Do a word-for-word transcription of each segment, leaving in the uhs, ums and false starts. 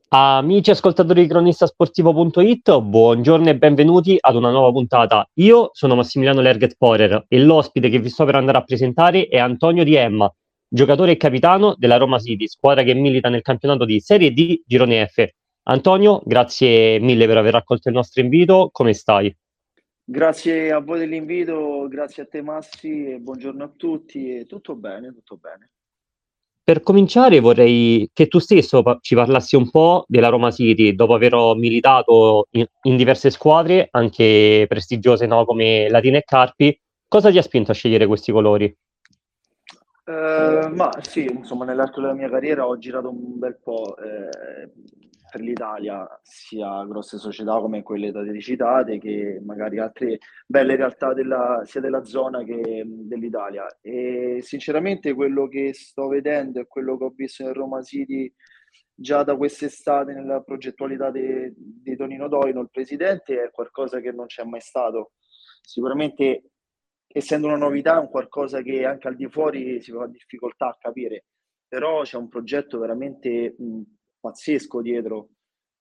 Amici ascoltatori di cronistasportivo.it, buongiorno e benvenuti ad una nuova puntata. Io sono Massimiliano Lerget Porer e l'ospite che vi sto per andare a presentare è Antonio Di Emma, giocatore e capitano della Roma City, squadra che milita nel campionato di Serie D Girone F. Antonio, grazie mille per aver accolto il nostro invito, come stai? Grazie a voi dell'invito, grazie a te Massi e buongiorno a tutti. E tutto bene, tutto bene. Per cominciare vorrei che tu stesso pa- ci parlassi un po' della Roma City, dopo aver militato in, in diverse squadre, anche prestigiose, no, come Latina e Carpi. Cosa ti ha spinto a scegliere questi colori? Eh, ma sì, insomma, nell'arco della mia carriera ho girato un bel po' eh, per l'Italia, sia grosse società come quelle da te citate, che magari altre belle realtà della- sia della zona che mh, dell'Italia. E sinceramente quello che sto vedendo e quello che ho visto nel Roma City già da quest'estate nella progettualità de- di Tonino Doino, il presidente, è qualcosa che non c'è mai stato. Sicuramente, essendo una novità, è un qualcosa che anche al di fuori si fa difficoltà a capire, però c'è un progetto veramente mh, pazzesco dietro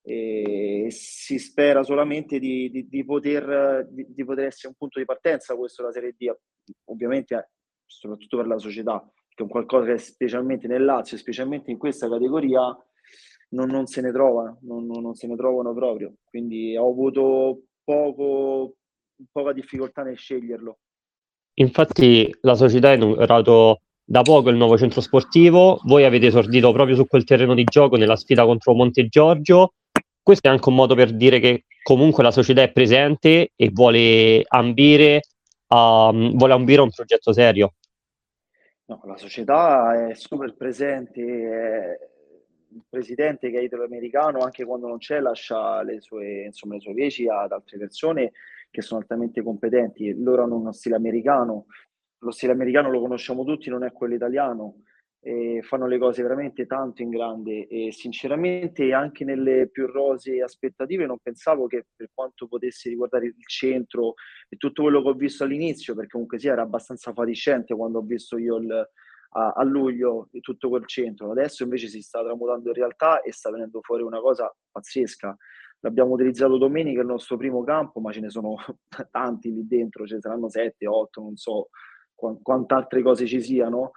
e si spera solamente di, di- di poter, di, di poter essere un punto di partenza questo della Serie D, ovviamente eh, soprattutto per la società, che è un qualcosa che specialmente nel Lazio, specialmente in questa categoria, non, non se ne trova, non, non- non se ne trovano proprio. Quindi ho avuto poco, poca difficoltà nel sceglierlo. Infatti la società ha inaugurato da poco il nuovo centro sportivo, voi avete esordito proprio su quel terreno di gioco nella sfida contro Monte Giorgio. Questo è anche un modo per dire che comunque la società è presente e vuole ambire a, vuole ambire a un progetto serio. No, la società è super presente, è il presidente che è italo-americano, anche quando non c'è, lascia le sue, insomma, le sue veci ad altre persone che sono altamente competenti. Loro hanno uno stile americano, lo stile americano lo conosciamo tutti, non è quello italiano, e fanno le cose veramente tanto in grande e sinceramente anche nelle più rosee aspettative non pensavo che per quanto potesse riguardare il centro e tutto quello che ho visto all'inizio, perché comunque sì, era abbastanza fatiscente quando ho visto io il, a, a luglio di tutto quel centro. Adesso invece si sta tramutando in realtà e sta venendo fuori una cosa pazzesca. L'abbiamo utilizzato domenica, il nostro primo campo, ma ce ne sono tanti lì dentro, ce ne saranno sette, otto, non so qu- quante altre cose ci siano.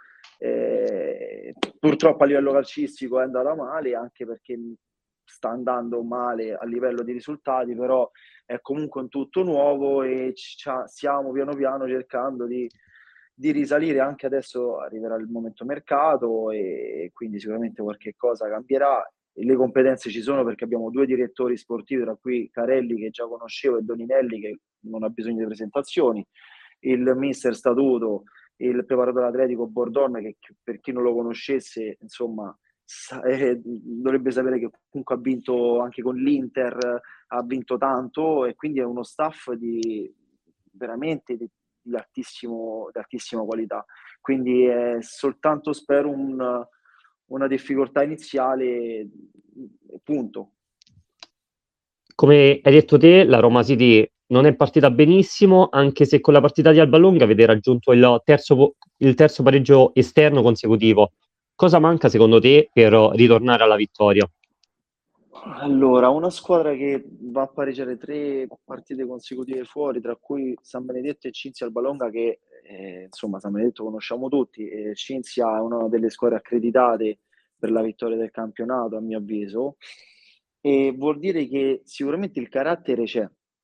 Eh, purtroppo a livello calcistico è andata male, anche perché sta andando male a livello di risultati, però è comunque un tutto nuovo e ci- stiamo piano piano cercando di, di risalire. Anche adesso arriverà il momento mercato e quindi sicuramente qualche cosa cambierà. E le competenze ci sono perché abbiamo due direttori sportivi, tra cui Carelli che già conoscevo e Doninelli che non ha bisogno di presentazioni, il mister Statuto, il preparatore atletico Bordon che per chi non lo conoscesse, insomma, sa- eh, dovrebbe sapere che comunque ha vinto anche con l'Inter, ha vinto tanto e quindi è uno staff di veramente di, di altissimo, di altissima qualità. Quindi è soltanto, spero, un, una difficoltà iniziale, punto. Come hai detto te, la Roma City non è partita benissimo, anche se con la partita di Alba Longa avete raggiunto il terzo, po- il terzo pareggio esterno consecutivo. Cosa manca secondo te per ritornare alla vittoria? Allora, una squadra che va a pareggiare tre partite consecutive fuori, tra cui San Benedetto e Cinzia Albalonga, che eh, insomma San Benedetto conosciamo tutti, e Cinzia è una delle squadre accreditate per la vittoria del campionato, a mio avviso, e vuol dire che sicuramente il carattere c'è.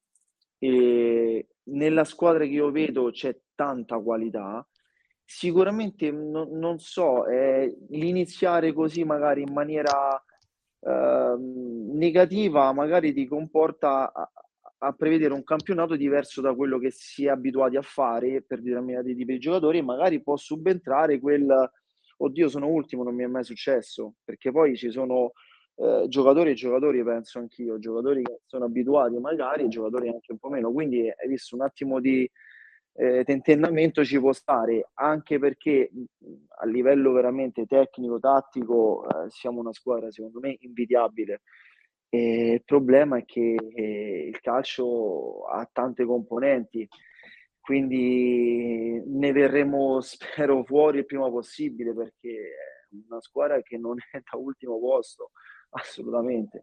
E nella squadra che io vedo c'è tanta qualità. Sicuramente non, non so, eh, l'iniziare così magari in maniera ehm, negativa magari ti comporta a, a prevedere un campionato diverso da quello che si è abituati a fare per determinati tipi di giocatori e magari può subentrare quel oddio sono ultimo, non mi è mai successo, perché poi ci sono eh, giocatori e giocatori, penso anch'io, giocatori che sono abituati magari e giocatori anche un po' meno, quindi hai visto un attimo di eh, tentennamento ci può stare, anche perché mh, a livello veramente tecnico, tattico, eh, siamo una squadra secondo me invidiabile. E il problema è che eh, il calcio ha tante componenti, quindi ne verremo, spero, fuori il prima possibile perché è una squadra che non è da ultimo posto, assolutamente.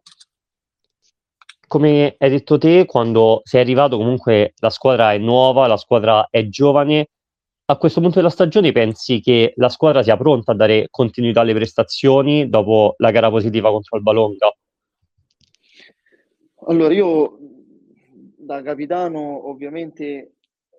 Come hai detto te, quando sei arrivato comunque la squadra è nuova, la squadra è giovane. A questo punto della stagione pensi che la squadra sia pronta a dare continuità alle prestazioni dopo la gara positiva contro il Valonga? Allora, io da capitano ovviamente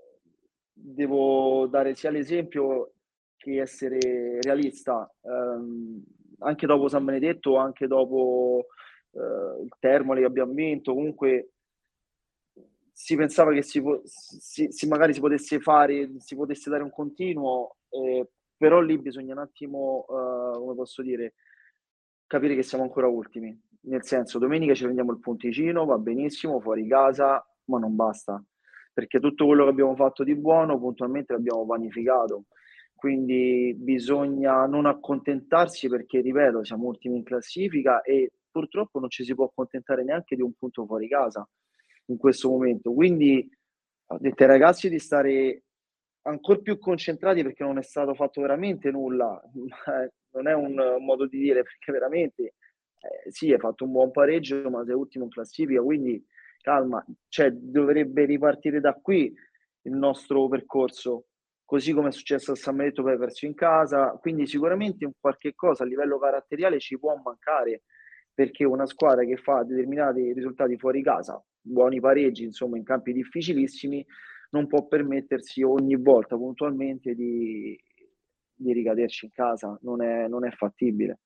devo dare sia l'esempio che essere realista. Ehm, anche dopo San Benedetto, anche dopo eh, il Termoli che abbiamo vinto, comunque si pensava che si, po- si- si- magari si potesse fare, si potesse dare un continuo, eh, però lì bisogna un attimo, eh, come posso dire, capire che siamo ancora ultimi. Nel senso, domenica ci prendiamo il punticino, va benissimo, fuori casa, ma non basta, perché tutto quello che abbiamo fatto di buono puntualmente l'abbiamo vanificato. Quindi bisogna non accontentarsi perché, ripeto, siamo ultimi in classifica e purtroppo non ci si può accontentare neanche di un punto fuori casa in questo momento. Quindi ho detto ai ragazzi di stare ancora più concentrati perché non è stato fatto veramente nulla, non è un modo di dire perché veramente eh, sì, hai fatto un buon pareggio, ma sei ultimo in classifica, quindi calma, cioè dovrebbe ripartire da qui il nostro percorso, così come è successo a San Benedetto, poi hai perso in casa, quindi sicuramente un qualche cosa a livello caratteriale ci può mancare, perché una squadra che fa determinati risultati fuori casa, buoni pareggi, insomma, in campi difficilissimi, non può permettersi ogni volta puntualmente di, di ricaderci in casa, non è, non è fattibile.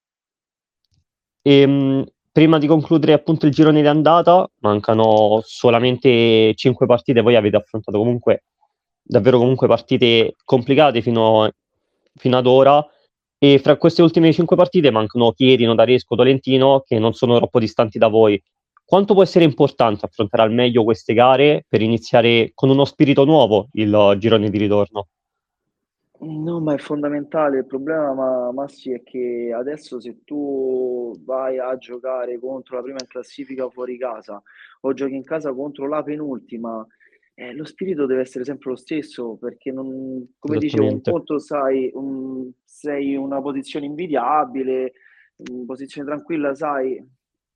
Ehm, prima di concludere appunto il girone di andata, mancano solamente cinque partite, voi avete affrontato comunque davvero comunque partite complicate fino, fino ad ora, e fra queste ultime cinque partite mancano Chieri, Notaresco, Tolentino, che non sono troppo distanti da voi. Quanto può essere importante affrontare al meglio queste gare per iniziare con uno spirito nuovo il girone di ritorno? No, ma è fondamentale. Il problema, ma, Massi, è che adesso se tu vai a giocare contro la prima in classifica fuori casa o giochi in casa contro la penultima, eh, lo spirito deve essere sempre lo stesso, perché non, come dicevo, un Esattamente. conto sai, un- sei in una posizione invidiabile, in posizione tranquilla, sai,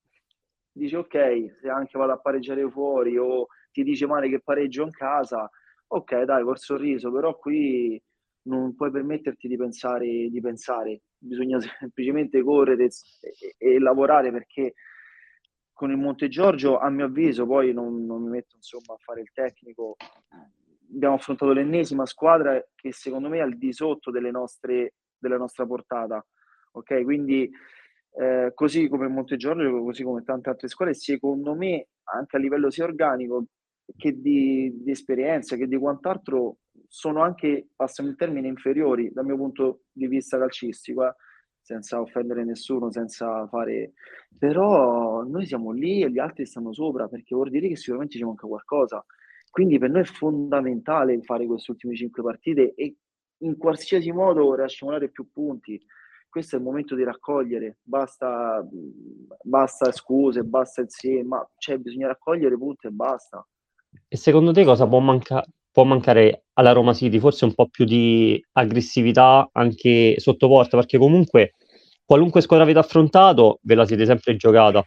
dici ok, se anche vado a pareggiare fuori o ti dice male che pareggio in casa, ok, dai, col sorriso, però qui non puoi permetterti di pensare, di pensare. Bisogna semplicemente correre e, e- e lavorare perché con il Monte Giorgio, a mio avviso, poi non, non mi metto insomma a fare il tecnico, abbiamo affrontato l'ennesima squadra che secondo me è al di sotto delle nostre, della nostra portata. Ok, quindi eh, così come il Monte Giorgio, così come tante altre squadre, secondo me anche a livello sia organico che di, di esperienza, che di quant'altro, sono anche, passami il termine, inferiori dal mio punto di vista calcistico, eh, senza offendere nessuno, senza fare... Però noi siamo lì e gli altri stanno sopra, perché vuol dire che sicuramente ci manca qualcosa. Quindi per noi è fondamentale fare queste ultime cinque partite e in qualsiasi modo riaccumulare più punti. Questo è il momento di raccogliere, basta, basta scuse, basta il sì, ma cioè, bisogna raccogliere punti e basta. E secondo te cosa può, manca- può mancare alla Roma City? Forse un po' più di aggressività anche sotto porta, perché comunque qualunque squadra avete affrontato ve la siete sempre giocata.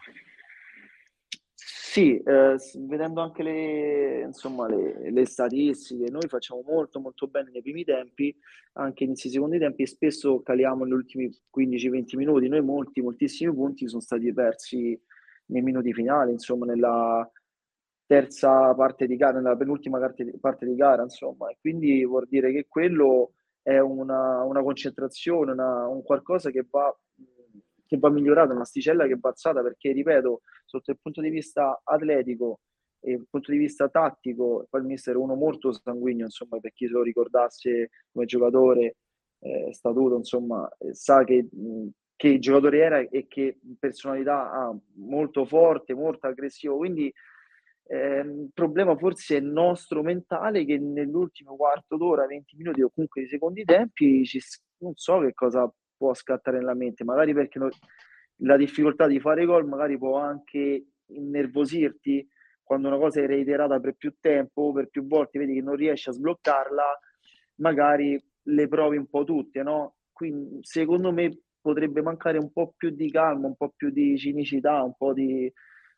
Sì, eh, s- vedendo anche le, insomma, le, le statistiche, noi facciamo molto molto bene nei primi tempi, anche inizi i secondi tempi, e spesso caliamo negli ultimi quindici venti minuti. Noi molti, moltissimi punti sono stati persi nei minuti finali, insomma, nella terza parte di gara, nella penultima parte, parte di gara, insomma, e quindi vuol dire che quello è una, una concentrazione, una- un qualcosa che va, che va migliorato, un'asticella che va alzata, perché, ripeto, sotto il punto di vista atletico e il punto di vista tattico, poi il mister è uno molto sanguigno, insomma, per chi se lo ricordasse come giocatore, eh, statuto, insomma, eh, sa che, mh, che il giocatore era e che personalità ha, molto forte, molto aggressivo, quindi ehm, il problema forse è nostro mentale che nell'ultimo quarto d'ora, venti minuti o comunque i secondi tempi, ci, non so che cosa può scattare nella mente, magari perché no- la difficoltà di fare gol magari può anche innervosirti quando una cosa è reiterata per più tempo, per più volte, vedi che non riesci a sbloccarla, magari le provi un po' tutte, no? Quindi secondo me potrebbe mancare un po' più di calma, un po' più di cinicità, un po' di,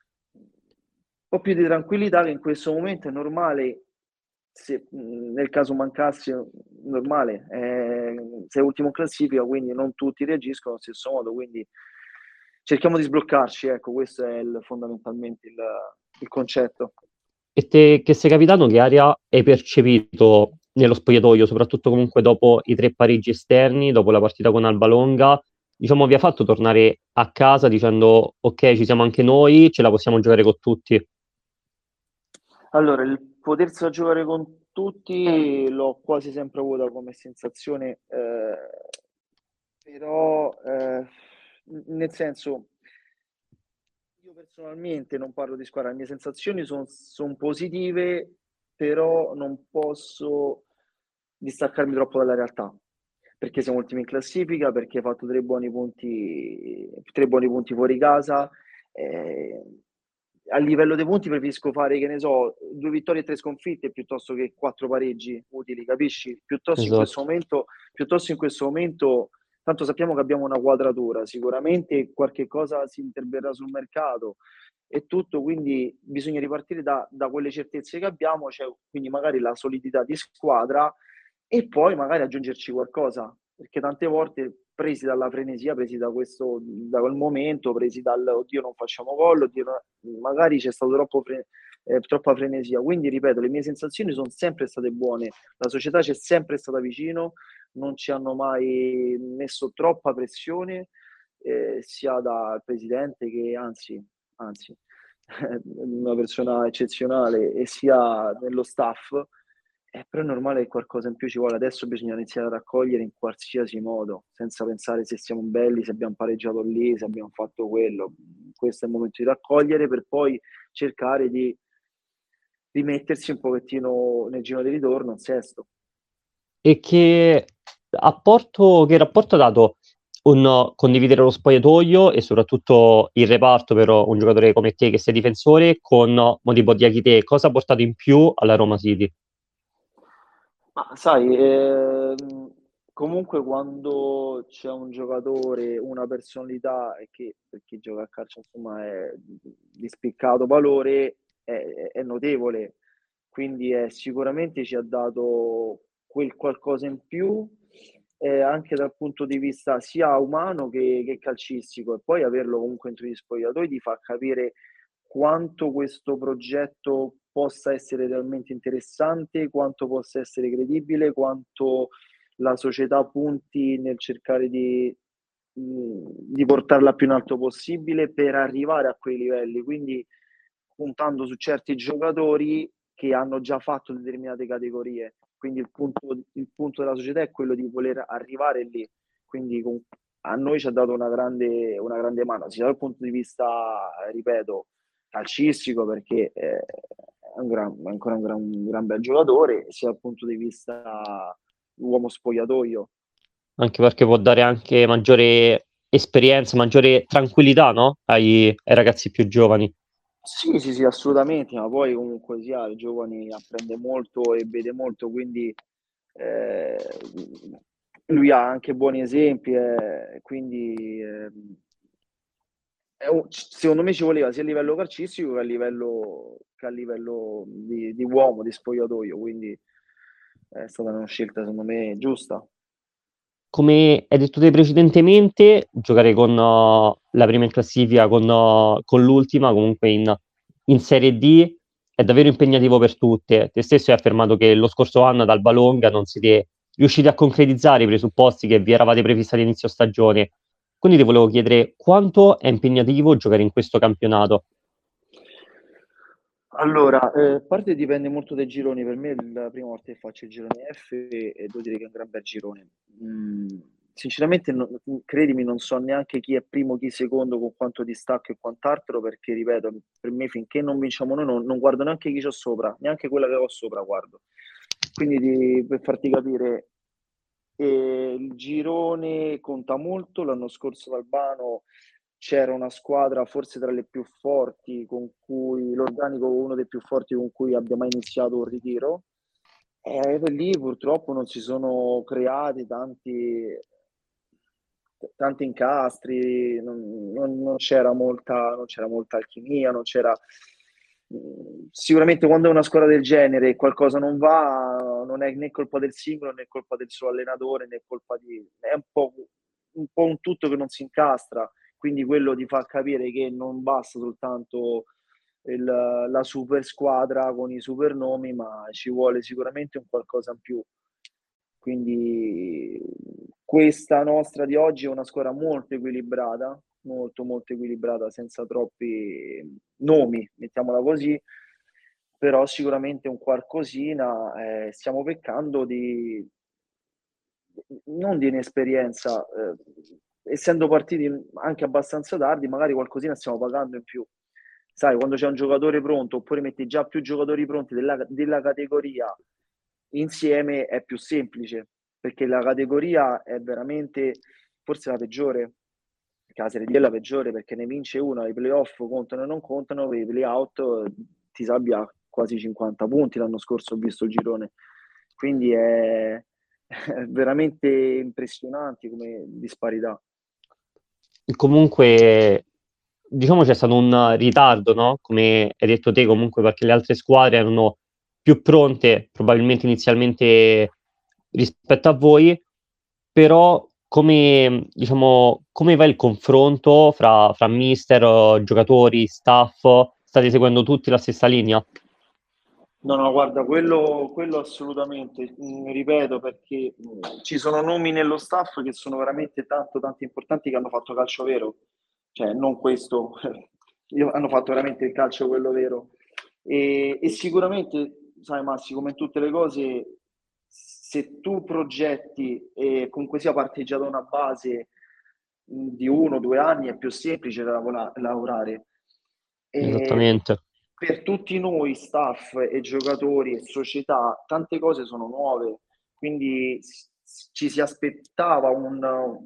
un po' più di tranquillità che in questo momento è normale. Se nel caso mancasse, normale, eh, sei ultimo in classifica, quindi non tutti reagiscono allo stesso modo, quindi cerchiamo di sbloccarci, ecco, questo è il, fondamentalmente il, il concetto. E te che sei capitano, che aria hai percepito nello spogliatoio, soprattutto comunque dopo i tre pareggi esterni, dopo la partita con Alba Longa? Diciamo, vi ha fatto tornare a casa dicendo ok, ci siamo anche noi, ce la possiamo giocare con tutti. Allora, il potersela giocare con tutti l'ho quasi sempre avuta come sensazione, eh, però eh, nel senso, io personalmente non parlo di squadra, le mie sensazioni sono positive, però non posso distaccarmi troppo dalla realtà, perché siamo ultimi in classifica, perché hai fatto tre buoni punti, tre buoni punti fuori casa. eh, a livello dei punti preferisco fare, che ne so, due vittorie e tre sconfitte piuttosto che quattro pareggi utili, capisci? Piuttosto in questo Esatto. momento, piuttosto in questo momento, tanto sappiamo che abbiamo una quadratura, sicuramente qualche cosa si interverrà sul mercato e tutto, quindi bisogna ripartire da, da quelle certezze che abbiamo, cioè, quindi magari la solidità di squadra e poi magari aggiungerci qualcosa, perché tante volte presi dalla frenesia, presi da questo, da quel momento, presi dal oddio non facciamo gol, oddio, no- magari c'è stato troppo fre- eh, troppa frenesia. Quindi ripeto, le mie sensazioni sono sempre state buone, la società c'è sempre stata vicino, non ci hanno mai messo troppa pressione, eh, sia dal presidente che anzi, anzi, una persona eccezionale, e sia nello staff. Eh, però è normale che qualcosa in più ci vuole. Adesso bisogna iniziare a raccogliere in qualsiasi modo, senza pensare se siamo belli, se abbiamo pareggiato lì, se abbiamo fatto quello. Questo è il momento di raccogliere per poi cercare di rimettersi un pochettino nel giro di ritorno, al sesto. E che apporto, che rapporto ha dato un condividere lo spogliatoio e soprattutto il reparto per un giocatore come te che sei difensore con Modibo Diakité? Cosa ha portato in più alla Roma City? Ma sai, ehm, comunque quando c'è un giocatore, una personalità e che per chi gioca a calcio insomma è di spiccato valore, è, è notevole, quindi è, sicuramente ci ha dato quel qualcosa in più, eh, anche dal punto di vista sia umano che, che calcistico, e poi averlo comunque entro gli spogliatoi ti fa capire quanto questo progetto possa essere realmente interessante, quanto possa essere credibile, quanto la società punti nel cercare di, mh, di portarla più in alto possibile per arrivare a quei livelli. Quindi puntando su certi giocatori che hanno già fatto determinate categorie. Quindi il punto, il punto della società è quello di voler arrivare lì. Quindi con, a noi ci ha dato una grande, una grande mano, sia dal punto di vista, ripeto, calcistico, perché eh, è, un gran, è ancora un gran, un gran bel giocatore, sia dal punto di vista uomo spogliatoio. Anche perché può dare anche maggiore esperienza, maggiore tranquillità, no? Ai, ai ragazzi più giovani. Sì, sì, sì, assolutamente, ma poi comunque sia, i giovani apprende molto e vede molto, quindi eh, lui ha anche buoni esempi, eh, quindi eh, è un- secondo me ci voleva sia a livello calcistico che a livello, che a livello di, di uomo, di spogliatoio, quindi è stata una scelta secondo me giusta. Come hai detto te precedentemente, giocare con uh, la prima in classifica, con, uh, con l'ultima, comunque in, in Serie D, è davvero impegnativo per tutte. Te stesso hai affermato che lo scorso anno ad Alba Longa non siete riusciti a concretizzare i presupposti che vi eravate prefissati all'inizio stagione. Quindi ti volevo chiedere quanto è impegnativo giocare in questo campionato. Allora, eh, a parte dipende molto dai gironi, per me è la prima volta che faccio il girone F e devo dire che è un gran bel girone. Mm, sinceramente, non- credimi, non so neanche chi è primo, chi secondo, con quanto distacco e quant'altro, perché, ripeto, per me finché non vinciamo noi non, non guardo neanche chi c'ho sopra, neanche quella che ho sopra guardo. Quindi di- per farti capire, eh, il girone conta molto. L'anno scorso ad Albano c'era una squadra forse tra le più forti, con cui l'organico uno dei più forti con cui abbia mai iniziato un ritiro. E lì purtroppo non si sono creati tanti, tanti incastri, non, non, non c'era molta, non c'era molta alchimia, non c'era... Sicuramente quando è una squadra del genere e qualcosa non va, non è né colpa del singolo né colpa del suo allenatore né colpa di... è un po', un po' un tutto che non si incastra, quindi quello ti fa capire che non basta soltanto il, la super squadra con i super nomi, ma ci vuole sicuramente un qualcosa in più. Quindi questa nostra di oggi è una squadra molto equilibrata, molto molto equilibrata, senza troppi nomi, mettiamola così, però sicuramente un qualcosina, eh, stiamo peccando di non di inesperienza, eh, essendo partiti anche abbastanza tardi, magari qualcosina stiamo pagando in più. Sai, quando c'è un giocatore pronto, oppure metti già più giocatori pronti della, della categoria insieme, è più semplice, perché la categoria è veramente forse la peggiore, perché la Serie D è la peggiore, perché ne vince una, i playoff contano e non contano, per i playout ti sabbia quasi cinquanta punti, l'anno scorso ho visto il girone, quindi è, è veramente impressionante come disparità. Comunque, diciamo c'è stato un ritardo, no? Come hai detto te, comunque perché le altre squadre erano più pronte, probabilmente inizialmente rispetto a voi, però come, diciamo, come va il confronto fra, fra mister, eh, giocatori, staff? State seguendo tutti la stessa linea? No, no, guarda, quello, quello assolutamente, mm, ripeto, perché mm, ci sono nomi nello staff che sono veramente tanto, tanto importanti che hanno fatto calcio vero, cioè non questo, io- hanno fatto veramente il calcio quello vero. E, e sicuramente, sai Massi, come in tutte le cose, se tu progetti e comunque sia parteggiata una base mh, di uno o due anni, è più semplice lavora- lavorare. E Esattamente. per tutti noi, staff e giocatori e società, tante cose sono nuove, quindi s- ci si aspettava un,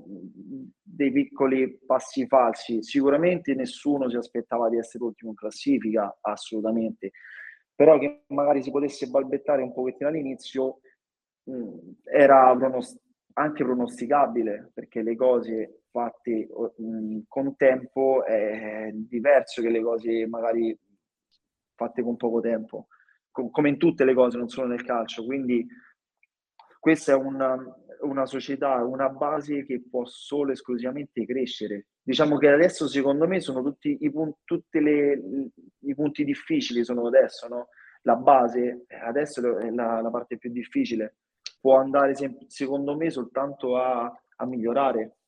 dei piccoli passi falsi. Sicuramente nessuno si aspettava di essere ultimo in classifica, assolutamente, però che magari si potesse balbettare un pochettino all'inizio mh, era pronos- anche pronosticabile, perché le cose fatte mh, con tempo è diverso che le cose magari fatte con poco tempo, Com- come in tutte le cose, non solo nel calcio. Quindi questa è una, una società, una base che può solo esclusivamente crescere. Diciamo che adesso, secondo me, sono tutti i, pun- tutte le, i punti difficili sono adesso, no? La base eh, adesso è la, la parte più difficile. Può andare, sem- secondo me, soltanto a, a migliorare.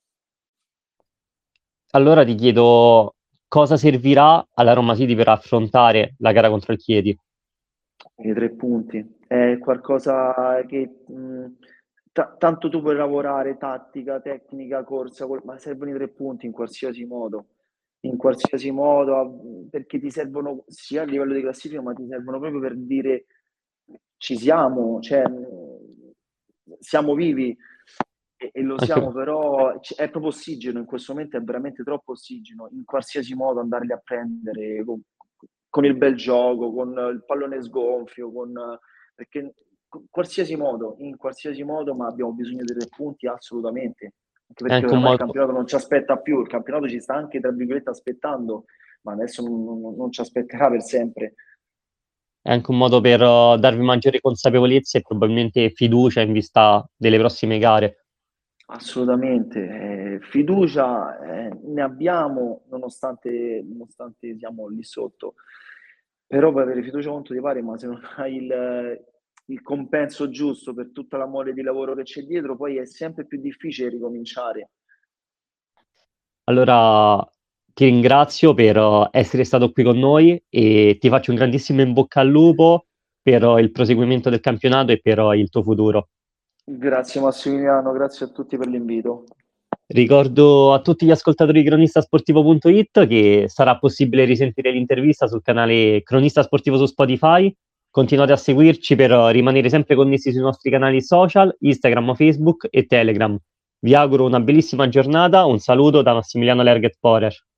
Allora ti chiedo cosa servirà alla Roma City per affrontare la gara contro il Chieti? I tre punti è qualcosa che mh, ta- tanto tu puoi lavorare tattica, tecnica, corsa, quel- ma servono i tre punti in qualsiasi modo, in qualsiasi modo, a- perché ti servono sia a livello di classifica, ma ti servono proprio per dire ci siamo, cioè, mh, siamo vivi e, e lo Anche, siamo, però c- è proprio ossigeno, in questo momento è veramente troppo ossigeno, in qualsiasi modo andarli a prendere con, con il bel gioco, con il pallone sgonfio, con, perché in qualsiasi modo, in qualsiasi modo, ma abbiamo bisogno dei tre punti assolutamente, anche è perché anche un oramai il modo, campionato non ci aspetta più, il campionato ci sta anche, tra virgolette, aspettando, ma adesso non, non- non ci aspetterà per sempre. è anche un modo per eh, darvi maggiore consapevolezza e probabilmente fiducia in vista delle prossime gare. Assolutamente, eh, fiducia eh, ne abbiamo nonostante, nonostante siamo lì sotto, però puoi avere fiducia quanto ti pare, ma se non hai il, il compenso giusto per tutta la mole di lavoro che c'è dietro, poi è sempre più difficile ricominciare. Allora ti ringrazio per eh, essere stato qui con noi e ti faccio un grandissimo in bocca al lupo per eh, il proseguimento del campionato e per eh, il tuo futuro. Grazie Massimiliano, grazie a tutti per l'invito. Ricordo a tutti gli ascoltatori di cronistasportivo punto it che sarà possibile risentire l'intervista sul canale Cronista Sportivo su Spotify. Continuate a seguirci per eh, rimanere sempre connessi sui nostri canali social, Instagram, Facebook e Telegram. Vi auguro una bellissima giornata, un saluto da Massimiliano Lerget Porer.